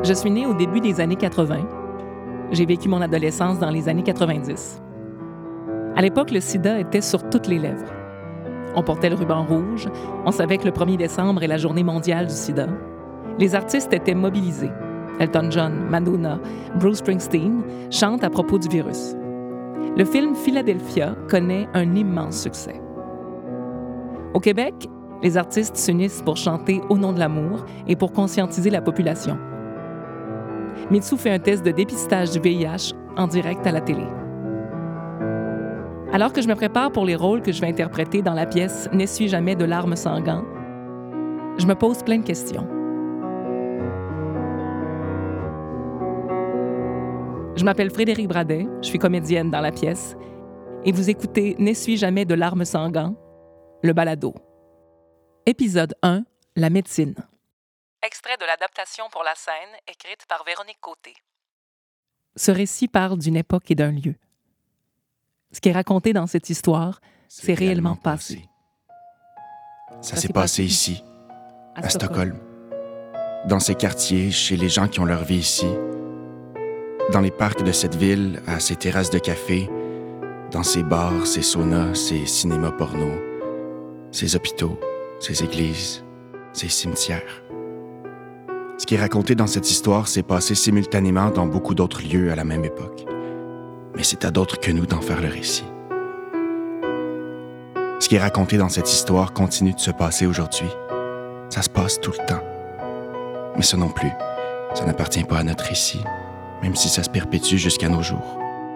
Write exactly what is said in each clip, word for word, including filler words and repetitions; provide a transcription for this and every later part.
Je suis née au début des années quatre-vingts. J'ai vécu mon adolescence dans les années quatre-vingt-dix. À l'époque, le sida était sur toutes les lèvres. On portait le ruban rouge, on savait que le premier décembre est la journée mondiale du sida. Les artistes étaient mobilisés. Elton John, Madonna, Bruce Springsteen chantent à propos du virus. Le film Philadelphia connaît un immense succès. Au Québec, les artistes s'unissent pour chanter Au nom de l'amour et pour conscientiser la population. Mitsou fait un test de dépistage du V I H en direct à la télé. Alors que je me prépare pour les rôles que je vais interpréter dans la pièce « N'essuie jamais de larmes sans gants », je me pose plein de questions. Je m'appelle Frédéric Bradet, je suis comédienne dans la pièce, et vous écoutez « N'essuie jamais de larmes sans gants », le balado. Épisode un, la médecine. Extrait de l'adaptation pour la scène, écrite par Véronique Côté. Ce récit parle d'une époque et d'un lieu. Ce qui est raconté dans cette histoire, c'est, c'est réellement, réellement passé. passé. Ça, Ça s'est passé ici, à, à Stockholm. Stockholm. Dans ces quartiers, chez les gens qui ont leur vie ici. Dans les parcs de cette ville, à ces terrasses de café. Dans ces bars, ces saunas, ces cinémas porno. Ces hôpitaux, ces églises, ces cimetières. Ce qui est raconté dans cette histoire s'est passé simultanément dans beaucoup d'autres lieux à la même époque. Mais c'est à d'autres que nous d'en faire le récit. Ce qui est raconté dans cette histoire continue de se passer aujourd'hui. Ça se passe tout le temps. Mais ça non plus, ça n'appartient pas à notre récit, même si ça se perpétue jusqu'à nos jours.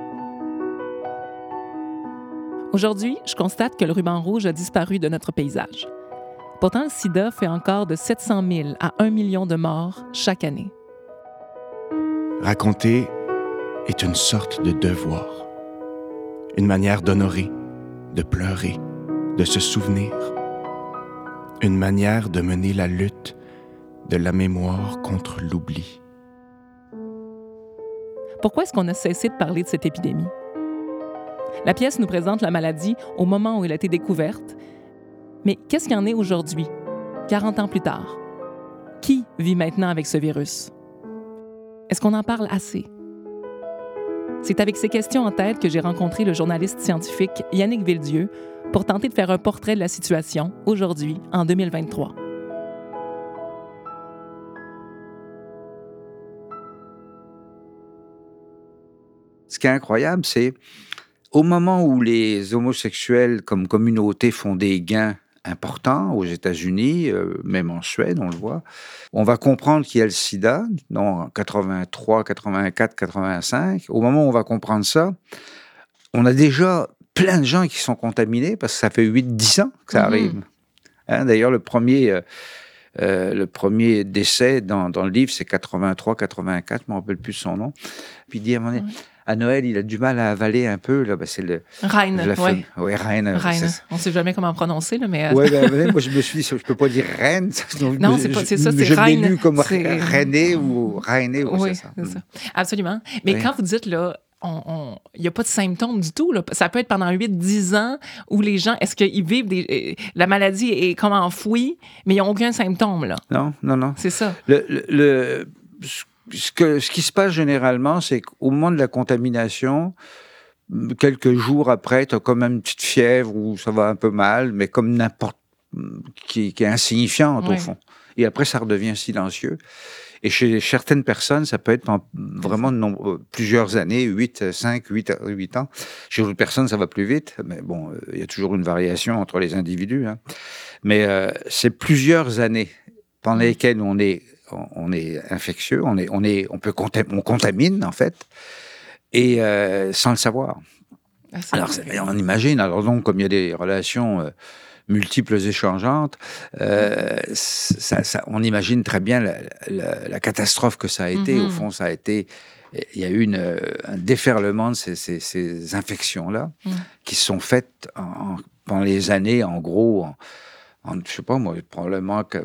Aujourd'hui, je constate que le ruban rouge a disparu de notre paysage. Pourtant, le sida fait encore de sept cent mille à un million de morts chaque année. Raconter est une sorte de devoir. Une manière d'honorer, de pleurer, de se souvenir. Une manière de mener la lutte de la mémoire contre l'oubli. Pourquoi est-ce qu'on a cessé de parler de cette épidémie? La pièce nous présente la maladie au moment où elle a été découverte. Mais qu'est-ce qu'il y en est aujourd'hui, quarante ans plus tard? Qui vit maintenant avec ce virus? Est-ce qu'on en parle assez? C'est avec ces questions en tête que j'ai rencontré le journaliste scientifique Yannick Villedieu pour tenter de faire un portrait de la situation aujourd'hui, en deux mille vingt-trois. Ce qui est incroyable, c'est au moment où les homosexuels comme communauté font des gains importants aux États-Unis, euh, même en Suède, on le voit, on va comprendre qu'il y a le sida, en quatre-vingt-trois, quatre-vingt-quatre, quatre-vingt-cinq. Au moment où on va comprendre ça, on a déjà plein de gens qui sont contaminés, parce que ça fait huit dix ans que ça mmh. arrive. Hein, d'ailleurs, le premier, euh, euh, le premier décès dans, dans le livre, c'est quatre-vingt-trois, quatre-vingt-quatre, je ne me rappelle plus son nom. Puis il dit à un moment donné, à Noël, il a du mal à avaler un peu. Là, ben c'est le. Reine, oui. Oui, Reine. Reine. On ne sait jamais comment prononcer, là, mais. Euh... Oui, ben, ben, moi, je me suis dit, je ne peux pas dire Reine. Non, c'est, pas, c'est ça, c'est je Reine. Je l'ai lu comme c'est... Reine ou Reine. Oui, c'est ça. c'est ça. Absolument. Mais oui. Quand vous dites, là, il n'y a pas de symptômes du tout, là. Ça peut être pendant huit dix ans où les gens, est-ce qu'ils vivent des. La maladie est comme enfouie, mais ils n'ont aucun symptôme, là. Non, non, non. C'est ça. Le. le, le... Ce, que, ce qui se passe généralement, c'est qu'au moment de la contamination, quelques jours après, tu as quand même une petite fièvre ou ça va un peu mal, mais comme n'importe... qui, qui est insignifiante, oui. au fond. Et après, ça redevient silencieux. Et chez certaines personnes, ça peut être vraiment de nombre, plusieurs années, huit, cinq, huit, huit ans. Chez d'autres personnes, ça va plus vite. Mais bon, il y a toujours une variation entre les individus. Hein. Mais euh, c'est plusieurs années pendant lesquelles on est... on est infectieux, on, est, on, est, on, peut contam- on contamine, en fait, et euh, sans le savoir. Ah, alors, on imagine, alors donc, comme il y a des relations euh, multiples et changeantes, euh, ça, ça, on imagine très bien la, la, la catastrophe que ça a été. Mm-hmm. Au fond, ça a été... Il y a eu une, un déferlement de ces, ces, ces infections-là mm. qui sont faites en, pendant les années, en gros, en, en, je ne sais pas moi, probablement... que,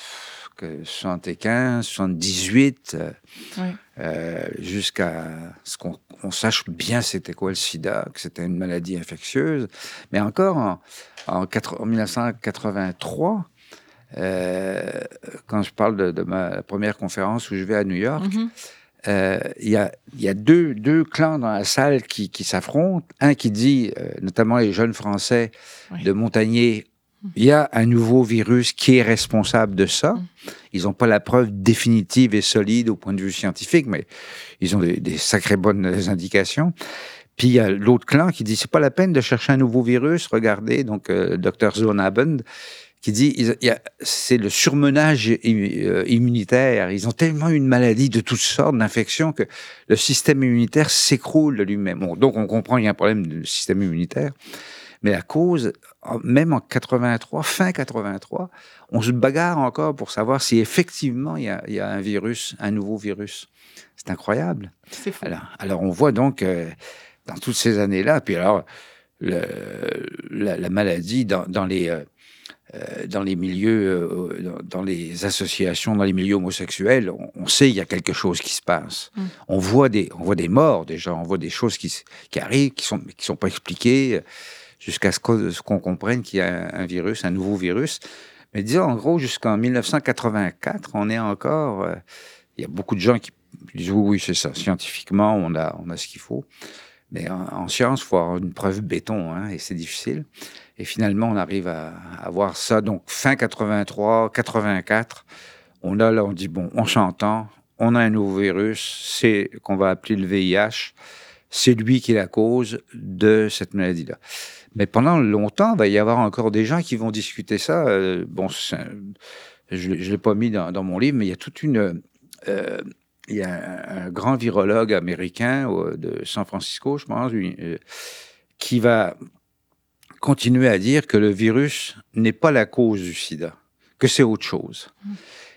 que soixante-quinze, soixante-dix-huit, euh, oui. euh, jusqu'à ce qu'on on sache bien c'était quoi le sida, que c'était une maladie infectieuse. Mais encore, en, en, quatre, en dix-neuf cent quatre-vingt-trois, euh, quand je parle de, de ma première conférence où je vais à New York, il mm-hmm. euh, y, a, y a deux, deux clans dans la salle qui, qui s'affrontent. Un qui dit, euh, notamment les jeunes Français oui. de Montagnier, il y a un nouveau virus qui est responsable de ça. Mm. Ils n'ont pas la preuve définitive et solide au point de vue scientifique, mais ils ont des, des sacrées bonnes indications. Puis il y a l'autre clan qui dit c'est pas la peine de chercher un nouveau virus. Regardez, donc euh, docteur Zonabend qui dit il y a, c'est le surmenage immunitaire. Ils ont tellement une maladie de toutes sortes d'infections que le système immunitaire s'écroule de lui-même. Bon, donc on comprend qu'il y a un problème du système immunitaire. Mais la cause, même en quatre-vingt-trois, fin quatre-vingt-trois, on se bagarre encore pour savoir si effectivement il y a, il y a un virus, un nouveau virus. C'est incroyable. C'est fou. Alors, alors on voit donc euh, dans toutes ces années-là, puis alors le, la, la maladie dans, dans les euh, dans les milieux, euh, dans les associations, dans les milieux homosexuels, on, on sait qu'il y a quelque chose qui se passe. Mm. On voit des, on voit des morts déjà, on voit des choses qui, qui arrivent, qui sont, qui sont pas expliquées. Jusqu'à ce qu'on, ce qu'on comprenne qu'il y a un, un virus, un nouveau virus. Mais disons, en gros, jusqu'en dix-neuf cent quatre-vingt-quatre, on est encore... Euh, il y a beaucoup de gens qui disent, oui, oui, c'est ça, scientifiquement, on a, on a ce qu'il faut. Mais en, en science, il faut avoir une preuve béton, hein, et c'est difficile. Et finalement, on arrive à, à voir ça. Donc, fin quatre-vingt-trois, quatre-vingt-quatre, on a là, on dit, bon, on s'entend, on a un nouveau virus, c'est qu'on va appeler le V I H. C'est lui qui est la cause de cette maladie-là. Mais pendant longtemps, il va y avoir encore des gens qui vont discuter ça. Euh, bon, un, je ne l'ai pas mis dans, dans mon livre, mais il y a toute une... Euh, il y a un, un grand virologue américain euh, de San Francisco, je pense, lui, euh, qui va continuer à dire que le virus n'est pas la cause du sida, que c'est autre chose. Mmh.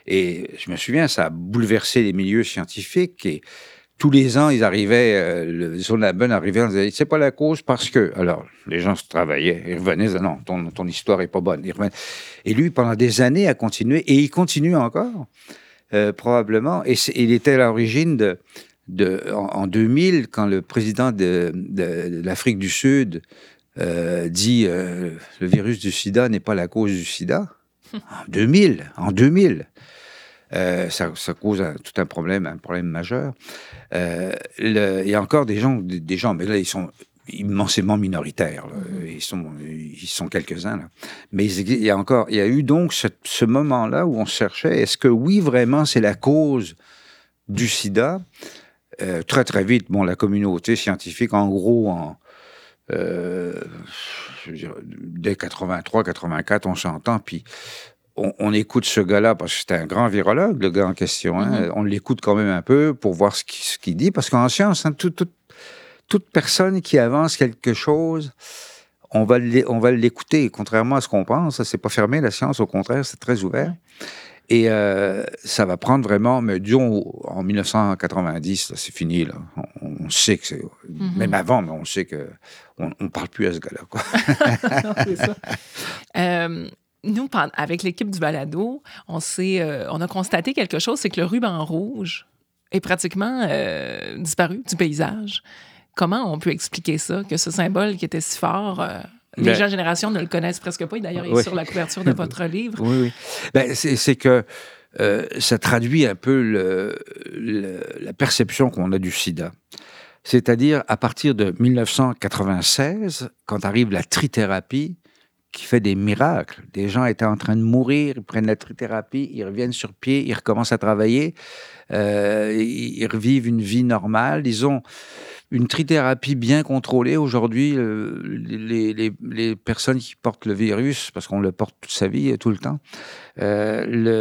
Et je me souviens, ça a bouleversé les milieux scientifiques et tous les ans, ils arrivaient, euh, le Zonabend arrivait, on disait, c'est pas la cause parce que... Alors, les gens se travaillaient, ils revenaient, ils disaient, non, ton, ton histoire est pas bonne. Ils revenaient. Et lui, pendant des années, a continué, et il continue encore, euh, probablement, et il était à l'origine de... de en, en deux mille, quand le président de, de, de l'Afrique du Sud euh, dit euh, le virus du sida n'est pas la cause du sida, en deux mille, en deux mille. Euh, ça, ça cause un, tout un problème, un problème majeur. Euh, le, il y a encore des gens, des, des gens, mais là ils sont immensément minoritaires. Là. Ils sont, ils sont quelques-uns. Là. Mais il y a encore, il y a eu donc ce, ce moment-là où on cherchait, est-ce que oui vraiment c'est la cause du SIDA? euh, Très très vite, bon, la communauté scientifique, en gros, en euh, je veux dire, dès quatre-vingt-trois, quatre-vingt-quatre, on s'entend, puis On, on écoute ce gars-là parce que c'était un grand virologue, le gars en question. Hein. Mm-hmm. On l'écoute quand même un peu pour voir ce qu'il, ce qu'il dit. Parce qu'en science, hein, tout, tout, toute personne qui avance quelque chose, on va, on va l'écouter. Contrairement à ce qu'on pense, c'est pas fermé, la science. Au contraire, c'est très ouvert. Mm-hmm. Et euh, ça va prendre vraiment... Mais disons, en dix-neuf cent quatre-vingt-dix, là, c'est fini. Là. On, on sait que c'est... Mm-hmm. Même avant, mais on sait que on ne parle plus à ce gars-là. Quoi. Non, c'est ça. euh... Nous, avec l'équipe du balado, on, s'est, euh, on a constaté quelque chose, c'est que le ruban rouge est pratiquement euh, disparu du paysage. Comment on peut expliquer ça, que ce symbole qui était si fort, euh, les ben, jeunes générations ne le connaissent presque pas, et d'ailleurs, il est oui. sur la couverture de votre livre. Oui, oui. Ben, c'est, c'est que euh, ça traduit un peu le, le, la perception qu'on a du sida. C'est-à-dire, à partir de dix-neuf cent quatre-vingt-seize, quand arrive la trithérapie, qui fait des miracles. Des gens étaient en train de mourir, ils prennent la trithérapie, ils reviennent sur pied, ils recommencent à travailler, euh, ils revivent une vie normale. Ils ont une trithérapie bien contrôlée. Aujourd'hui, euh, les, les, les personnes qui portent le virus, parce qu'on le porte toute sa vie, tout le temps, euh,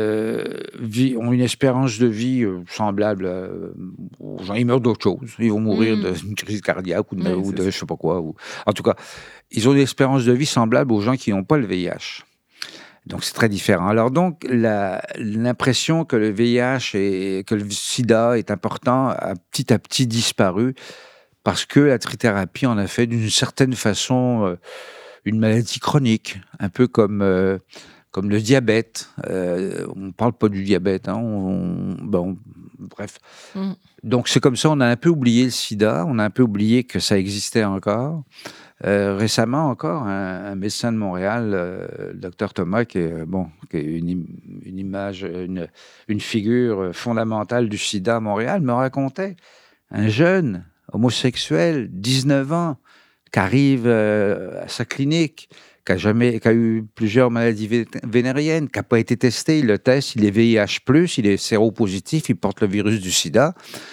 le, ont une espérance de vie euh, semblable euh, aux gens. Ils meurent d'autre chose. Ils vont mourir mmh. d'une crise cardiaque ou de, oui, ou de je sais pas quoi. Ou, en tout cas, ils ont une espérance de vie semblable aux gens qui n'ont pas le V I H. Donc, c'est très différent. Alors donc, la, l'impression que le V I H et que le sida est important a petit à petit disparu parce que la trithérapie en a fait d'une certaine façon euh, une maladie chronique, un peu comme... Euh, Comme le diabète. Euh, on ne parle pas du diabète. Hein, on, ben on, bref. Mm. Donc, c'est comme ça, on a un peu oublié le sida, on a un peu oublié que ça existait encore. Euh, récemment encore, un, un médecin de Montréal, euh, le docteur Thomas, qui est, bon, qui est une, une image, une, une figure fondamentale du sida à Montréal, me racontait un jeune homosexuel, dix-neuf ans, qui arrive euh, à sa clinique, qui a, jamais, qui a eu plusieurs maladies vé- vénériennes, qui n'a pas été testé, il le teste, il est V I H plus, il est séropositif, il porte le virus du sida.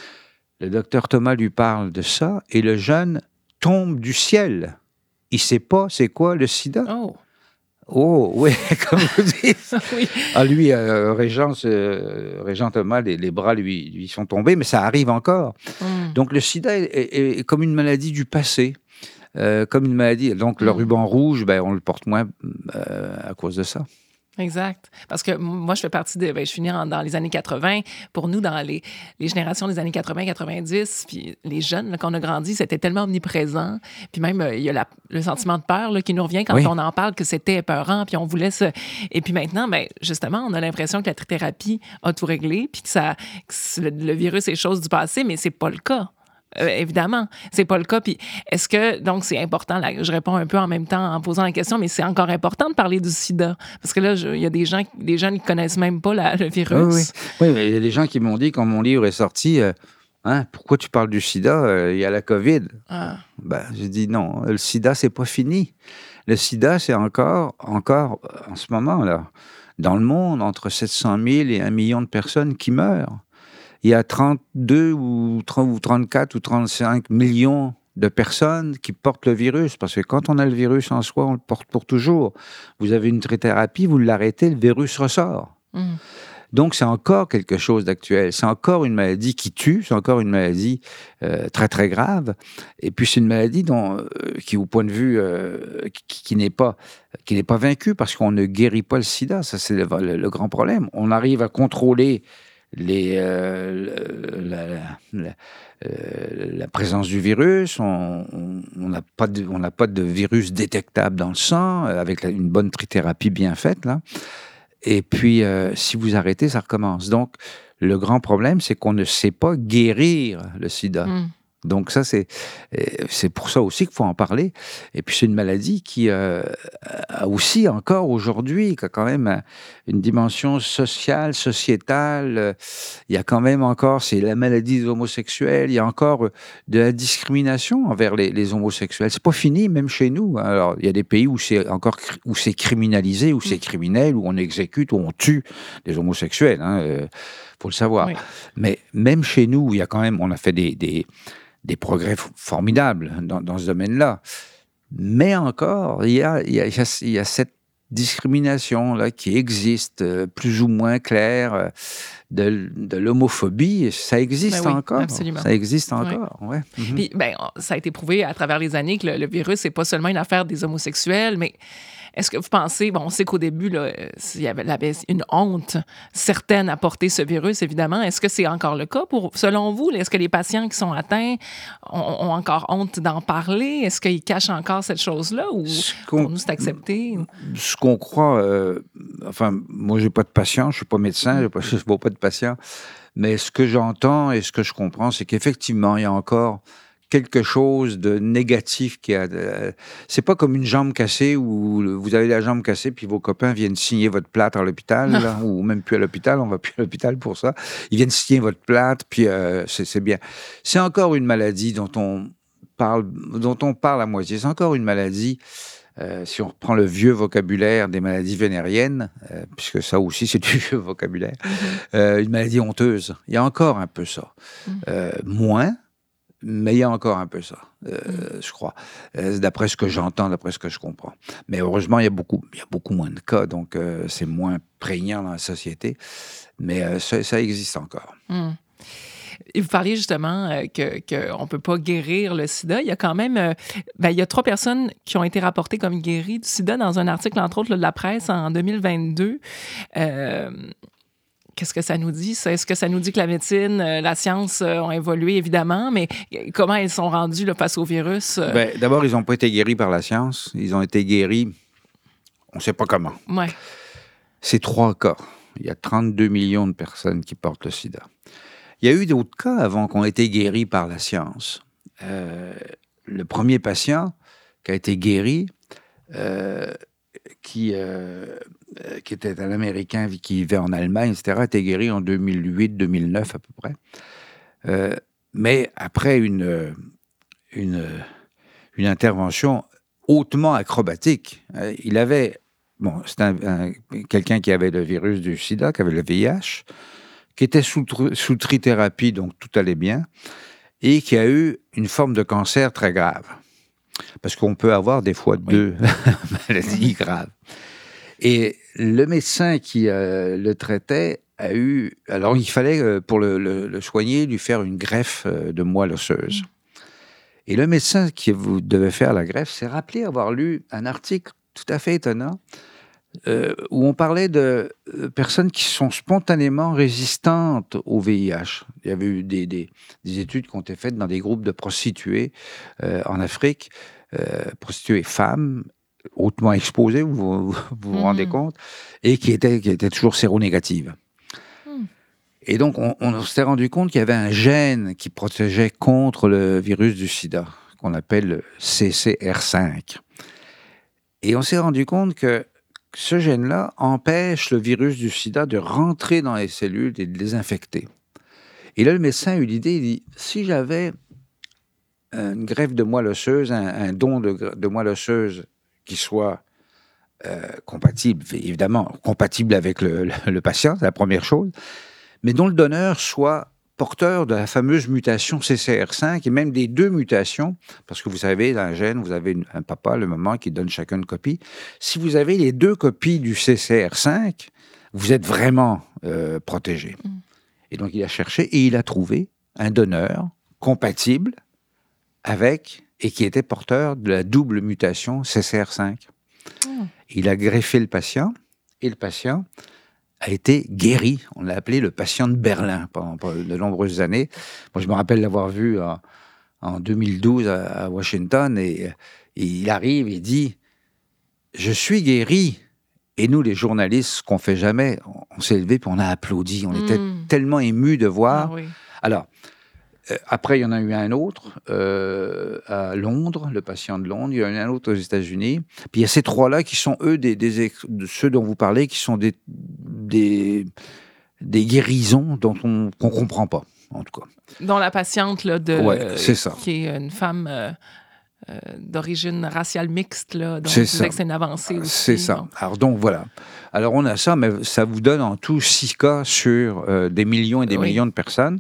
Le docteur Thomas lui parle de ça et le jeune tombe du ciel. Il ne sait pas c'est quoi le sida. Oh! Oh, oui, comme vous dites. Oui. Ah, lui, euh, Régent, euh, Régent Thomas, les, les bras lui, lui sont tombés, mais ça arrive encore. Mm. Donc le sida est, est- est comme une maladie du passé, euh, comme une maladie. Donc le Mm. ruban rouge, ben, on le porte moins euh, à cause de ça. Exact. Parce que moi, je fais partie de... Ben, je suis née en- dans les années quatre-vingts. Pour nous, dans les, les générations des années quatre-vingts quatre-vingt-dix, puis les jeunes, là, quand on a grandi, c'était tellement omniprésent. Puis même, euh, il y a la- le sentiment de peur là, qui nous revient quand Oui. on en parle, que c'était épeurant, puis on voulait se... Et puis maintenant, ben, justement, on a l'impression que la trithérapie a tout réglé, puis que, ça, que le, le virus est chose du passé, mais c'est pas le cas. Euh, évidemment, c'est pas le cas. Puis est-ce que, donc, c'est important, là, je réponds un peu en même temps en posant la question, mais c'est encore important de parler du sida. Parce que là, il y a des gens, des jeunes qui connaissent même pas la- le virus. Oui, oui. Oui, mais il y a des gens qui m'ont dit, quand mon livre est sorti, euh, hein, pourquoi tu parles du sida? Euh, Il y a la COVID. Ah. Ben, j'ai dit non, le sida, c'est pas fini. Le sida, c'est encore, encore, euh, en ce moment, là, dans le monde, entre sept cent mille et un million de personnes qui meurent. Il y a trente-deux ou trente ou trente-quatre ou trente-cinq millions de personnes qui portent le virus, parce que quand on a le virus en soi, on le porte pour toujours. Vous avez une trithérapie, vous l'arrêtez, le virus ressort. Mm. Donc, c'est encore quelque chose d'actuel. C'est encore une maladie qui tue, c'est encore une maladie euh, très, très grave. Et puis, c'est une maladie dont, euh, qui, au point de vue, euh, qui, qui n'est pas, qui n'est pas vaincue parce qu'on ne guérit pas le sida. Ça, c'est le, le, le grand problème. On arrive à contrôler les, euh, la, la, la, euh, la présence du virus. On n'a pas, de, on n'a pas de virus détectable dans le sang, euh, avec la, une bonne trithérapie bien faite, là. Et puis, euh, si vous arrêtez, ça recommence. Donc, le grand problème, c'est qu'on ne sait pas guérir le sida. Mm. Donc, ça, c'est, c'est pour ça aussi qu'il faut en parler. Et puis, c'est une maladie qui euh, a aussi, encore aujourd'hui, qui a quand même une dimension sociale, sociétale. Il y a quand même encore, c'est la maladie des homosexuels. Il y a encore de la discrimination envers les, les homosexuels. C'est pas fini, même chez nous. Alors, il y a des pays où c'est encore, où c'est criminalisé, où c'est criminel, où on exécute, où on tue des homosexuels. Hein, euh, faut le savoir. Oui. Mais même chez nous, il y a quand même, on a fait des, des des progrès formidables dans, dans ce domaine-là. Mais encore, il y a, il y a, il y a cette discrimination-là qui existe, euh, plus ou moins claire, euh, de, de l'homophobie. Ça existe Ben oui, encore. absolument. Ça existe encore, ouais. Oui. Mhm. Puis, ben, ça a été prouvé à travers les années que le, le virus, c'est pas seulement une affaire des homosexuels, mais est-ce que vous pensez, bon, on sait qu'au début, là, il y avait, il y avait une honte certaine à porter ce virus, évidemment. Est-ce que c'est encore le cas, pour, selon vous? Est-ce que les patients qui sont atteints ont, ont encore honte d'en parler? Est-ce qu'ils cachent encore cette chose-là ou pour nous, c'est accepté? Ce qu'on croit, euh, enfin, moi, j'ai pas de patient, je suis pas médecin, je ne vois pas de patient, mais ce que j'entends et ce que je comprends, c'est qu'effectivement, il y a encore quelque chose de négatif qui a. Euh, c'est pas comme une jambe cassée où vous avez la jambe cassée puis vos copains viennent signer votre plâtre à l'hôpital, là, ou même plus à l'hôpital, on va plus à l'hôpital pour ça. Ils viennent signer votre plâtre puis euh, c'est, c'est bien. C'est encore une maladie dont on parle, dont on parle à moitié. C'est encore une maladie. Euh, si on reprend le vieux vocabulaire des maladies vénériennes, euh, puisque ça aussi c'est du vieux vocabulaire, mm-hmm. euh, une maladie honteuse. Il y a encore un peu ça. Mm-hmm. Euh, moins. Mais il y a encore un peu ça, euh, mmh. je crois, euh, d'après ce que j'entends, d'après ce que je comprends. Mais heureusement, il y a beaucoup, il y a beaucoup moins de cas, donc euh, c'est moins prégnant dans la société. Mais euh, ça, ça existe encore. Mmh. Et vous parliez justement euh, que qu'on ne peut pas guérir le sida. Il y a quand même... Euh, ben, il y a trois personnes qui ont été rapportées comme guéries du sida dans un article, entre autres, là, de la presse en deux mille vingt-deux. Euh, Qu'est-ce que ça nous dit, ça? Est-ce que ça nous dit que la médecine, euh, la science euh, ont évolué, évidemment, mais comment elles sont rendues là, face au virus? Euh... Ben, d'abord, ils n'ont pas été guéris par la science. Ils ont été guéris, on ne sait pas comment. Ouais. C'est trois cas. Il y a trente-deux millions de personnes qui portent le sida. Il y a eu d'autres cas avant qu'on ait été guéris par la science. Euh, le premier patient qui a été guéri, euh, qui, euh, qui était un Américain qui vivait en Allemagne, et cetera, a été guéri en deux mille huit deux mille neuf à peu près. Euh, mais après une, une, une intervention hautement acrobatique. Il avait, bon, c'était un, un, quelqu'un qui avait le virus du sida, qui avait le V I H, qui était sous, sous trithérapie, donc tout allait bien, et qui a eu une forme de cancer très grave. Parce qu'on peut avoir des fois oui. deux maladies graves. Et le médecin qui euh, le traitait a eu... Alors, il fallait, euh, pour le, le, le soigner, lui faire une greffe euh, de moelle osseuse. Mmh. Et le médecin qui vous devait faire la greffe s'est rappelé avoir lu un article tout à fait étonnant euh, où on parlait de euh, personnes qui sont spontanément résistantes au V I H. Il y avait eu des, des, des études qui ont été faites dans des groupes de prostituées euh, en Afrique, euh, prostituées femmes, hautement exposées, vous vous, vous, vous mmh. rendez compte, et qui étaient, qui étaient toujours séronégatives. Mmh. Et donc, on, on s'est rendu compte qu'il y avait un gène qui protégeait contre le virus du sida, qu'on appelle le C C R cinq. Et on s'est rendu compte que ce gène-là empêche le virus du sida de rentrer dans les cellules et de les infecter. Et là, le médecin a eu l'idée, il dit, si j'avais une greffe de moelle osseuse, un, un don de, de moelle osseuse qui soit euh, compatible, évidemment, compatible avec le, le, le patient, c'est la première chose, mais dont le donneur soit porteur de la fameuse mutation C C R cinq et même des deux mutations, parce que vous savez, dans un gène, vous avez une, un papa, le maman qui donne chacun une copie. Si vous avez les deux copies du C C R cinq, vous êtes vraiment euh, protégé. Mmh. Et donc, il a cherché et il a trouvé un donneur compatible avec et qui était porteur de la double mutation C C R cinq. Mmh. Il a greffé le patient et le patient a été guéri. On l'a appelé le patient de Berlin pendant, pendant de nombreuses années. Moi, je me rappelle l'avoir vu en, en deux mille douze à, à Washington et, et il arrive et dit « Je suis guéri ». Et nous, les journalistes, ce qu'on fait jamais, on, on s'est levé puis on a applaudi. On mmh. était tellement émus de voir. Ah, oui. Alors, euh, après, il y en a eu un autre euh, à Londres, le patient de Londres. Il y en a eu un autre aux États-Unis. Puis il y a ces trois-là qui sont, eux, des, des, de ceux dont vous parlez, qui sont des, des, des guérisons dont on ne comprend pas, en tout cas. Dont la patiente, là, de, ouais, c'est ça. qui est une femme euh, euh, d'origine raciale mixte, là, donc c'est, ça. C'est une avancée aussi. C'est ça. Donc. Alors, donc, voilà. Alors, on a ça, mais ça vous donne en tout six cas sur euh, des millions et des oui. millions de personnes.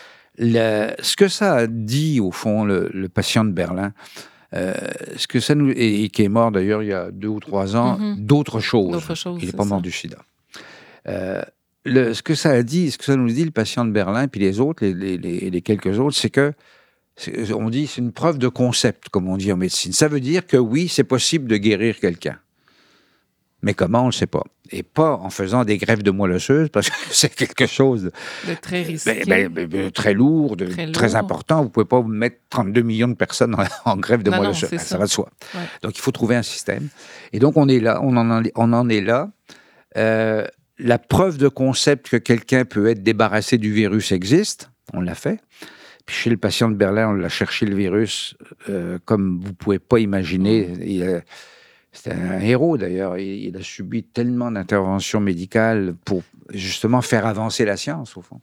Le, ce que ça a dit, au fond, le, le patient de Berlin, euh, ce que ça nous, et, et qui est mort d'ailleurs il y a deux ou trois ans, mm-hmm. d'autres choses. D'autres choses. Il n'est pas mort du sida. Euh, le, ce que ça a dit, ce que ça nous dit, le patient de Berlin, puis les autres, les, les, les, les quelques autres, c'est que, c'est, on dit, c'est une preuve de concept, comme on dit en médecine. Ça veut dire que oui, c'est possible de guérir quelqu'un. Mais comment, on ne le sait pas. Et pas en faisant des greffes de moelle osseuse, parce que c'est quelque chose de très risqué, ben, ben, ben, très lourd, de très, très lourd. important. Vous ne pouvez pas vous mettre trente-deux millions de personnes en, en greffe de non, moelle osseuse. Ben, ça. ça va de soi. Ouais. Donc, il faut trouver un système. Et donc, on est là, on en, on en est là. Euh, la preuve de concept que quelqu'un peut être débarrassé du virus existe. On l'a fait. Puis chez le patient de Berlin, on l'a cherché le virus euh, comme vous ne pouvez pas imaginer. Mmh. Il, euh, C'était un héros, d'ailleurs. Il, il a subi tellement d'interventions médicales pour, justement, faire avancer la science, au fond.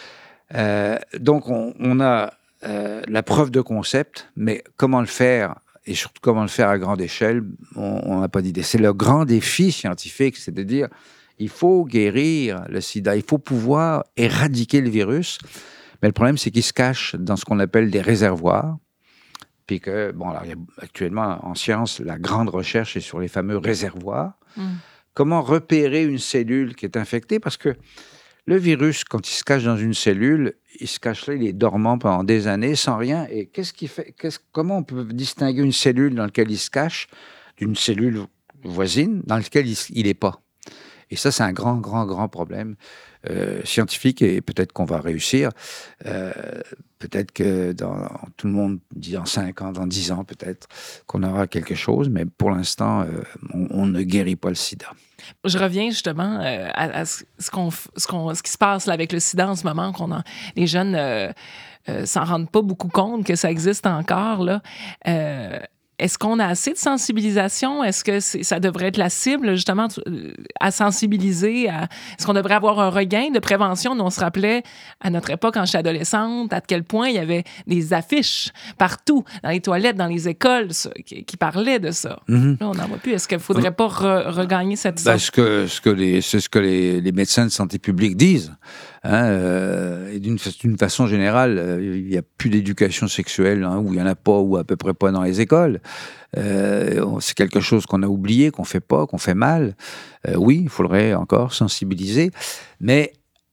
Euh, donc, on, on a euh, la preuve de concept, mais comment le faire, et surtout comment le faire à grande échelle, on n'a pas d'idée. C'est le grand défi scientifique, c'est de dire, il faut guérir le sida, il faut pouvoir éradiquer le virus. Mais le problème, c'est qu'il se cache dans ce qu'on appelle des réservoirs. Puis que, bon, alors, il y a actuellement, en science, la grande recherche est sur les fameux réservoirs. Mmh. Comment repérer une cellule qui est infectée? Parce que le virus, quand il se cache dans une cellule, il se cache là, il est dormant pendant des années, sans rien. Et qu'est-ce qui fait, qu'est-ce, comment on peut distinguer une cellule dans laquelle il se cache d'une cellule voisine dans laquelle il n'est pas? Et ça, c'est un grand, grand, grand problème. euh, scientifique et peut-être qu'on va réussir. Euh, peut-être que dans, tout le monde dit dans cinq ans, dans dix ans peut-être, qu'on aura quelque chose, mais pour l'instant, euh, on, on ne guérit pas le sida. Je reviens justement euh, à, à ce, qu'on, ce, qu'on, ce qui se passe là, avec le sida en ce moment, qu'on en, les jeunes euh, euh, s'en rendent pas beaucoup compte que ça existe encore, là. Euh, Est-ce qu'on a assez de sensibilisation? Est-ce que c'est, ça devrait être la cible, justement, à sensibiliser? À... Est-ce qu'on devrait avoir un regain de prévention? Nous, on se rappelait, à notre époque, quand j'étais adolescente, à quel point il y avait des affiches partout, dans les toilettes, dans les écoles, ça, qui, qui parlaient de ça. Mm-hmm. Là, on n'en voit plus. Est-ce qu'il ne faudrait pas re- regagner cette... Ben, ce que, ce que les, c'est ce que les, les médecins de santé publique disent. Hein, euh, et d'une, d'une façon générale, euh, il n'y a plus d'éducation sexuelle, hein, ou il n'y en a pas, ou à peu près pas dans les écoles. Euh, c'est quelque chose qu'on a oublié, qu'on fait pas, qu'on fait mal. Euh, oui, il faudrait encore sensibiliser, mais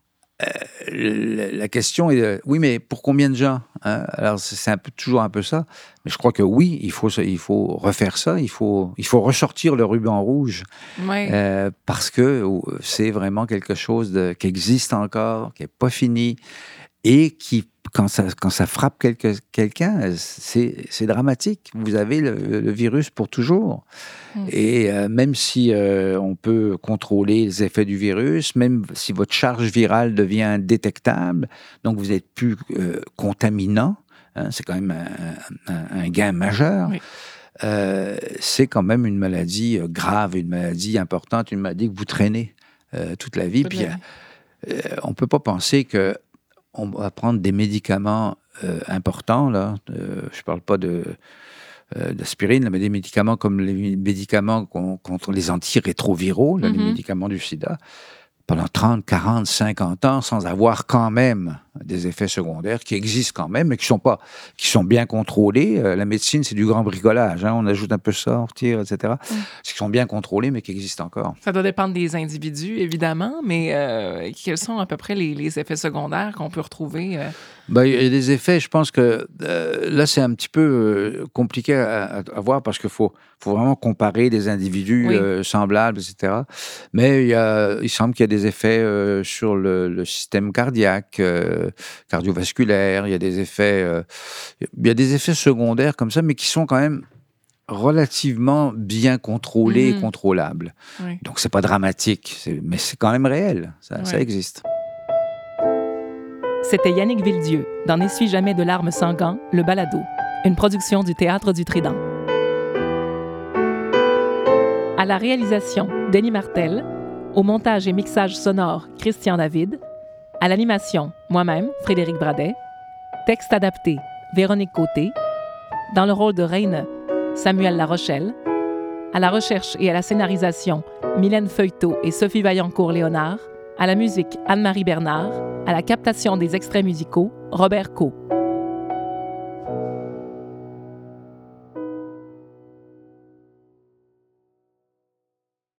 euh, la question est, de, oui, mais pour combien de gens, hein? Alors c'est, c'est un peu, toujours un peu ça, mais je crois que oui, il faut, il faut refaire ça, il faut, il faut ressortir le ruban rouge, ouais. euh, parce que c'est vraiment quelque chose de, qui existe encore, qui n'est pas fini, et qui, quand ça, quand ça frappe quelque, quelqu'un, c'est, c'est dramatique. Vous avez le, le virus pour toujours. Mmh. Et euh, même si euh, on peut contrôler les effets du virus, même si votre charge virale devient indétectable, donc vous n'êtes plus euh, contaminant, hein, c'est quand même un, un, un gain majeur. Oui. Euh, c'est quand même une maladie grave, une maladie importante, une maladie que vous traînez euh, toute la vie. Puis euh, on ne peut pas penser que on va prendre des médicaments euh, importants, là. Euh, je ne parle pas de, euh, d'aspirine, mais des médicaments comme les médicaments contre les antirétroviraux, là, mm-hmm. les médicaments du sida, pendant trente, quarante, cinquante ans, sans avoir quand même des effets secondaires qui existent quand même, mais qui sont pas, qui sont bien contrôlés. Euh, la médecine, c'est du grand bricolage, hein. On ajoute un peu ça, on retire, et cetera. Mm. Qui sont bien contrôlés, mais qui existent encore. Ça doit dépendre des individus, évidemment, mais euh, quels sont à peu près les, les effets secondaires qu'on peut retrouver? Euh... Ben, il y a des effets, je pense que euh, là, c'est un petit peu euh, compliqué à, à voir parce qu'il faut, faut vraiment comparer des individus oui. euh, semblables, et cetera. Mais il, y a, il semble qu'il y a des effets euh, sur le, le système cardiaque, euh, cardiovasculaire, il y a des effets, euh, il y a des effets secondaires comme ça, mais qui sont quand même relativement bien contrôlés mmh. et contrôlables. Oui. Donc, c'est pas dramatique, c'est, mais c'est quand même réel, ça, oui. ça existe. C'était Yannick Villedieu, dans N'essuie jamais de larmes sans gants, le balado, une production du Théâtre du Trident. À la réalisation, Denis Martel, au montage et mixage sonore, Christian David, à l'animation, moi-même, Frédéric Bradet, texte adapté, Véronique Côté, dans le rôle de Reine, Samuel Larochelle, à la recherche et à la scénarisation, Mylène Feuilletot et Sophie Vaillancourt-Léonard, à la musique, Anne-Marie Bernard, à la captation des extraits musicaux, Robert Coe.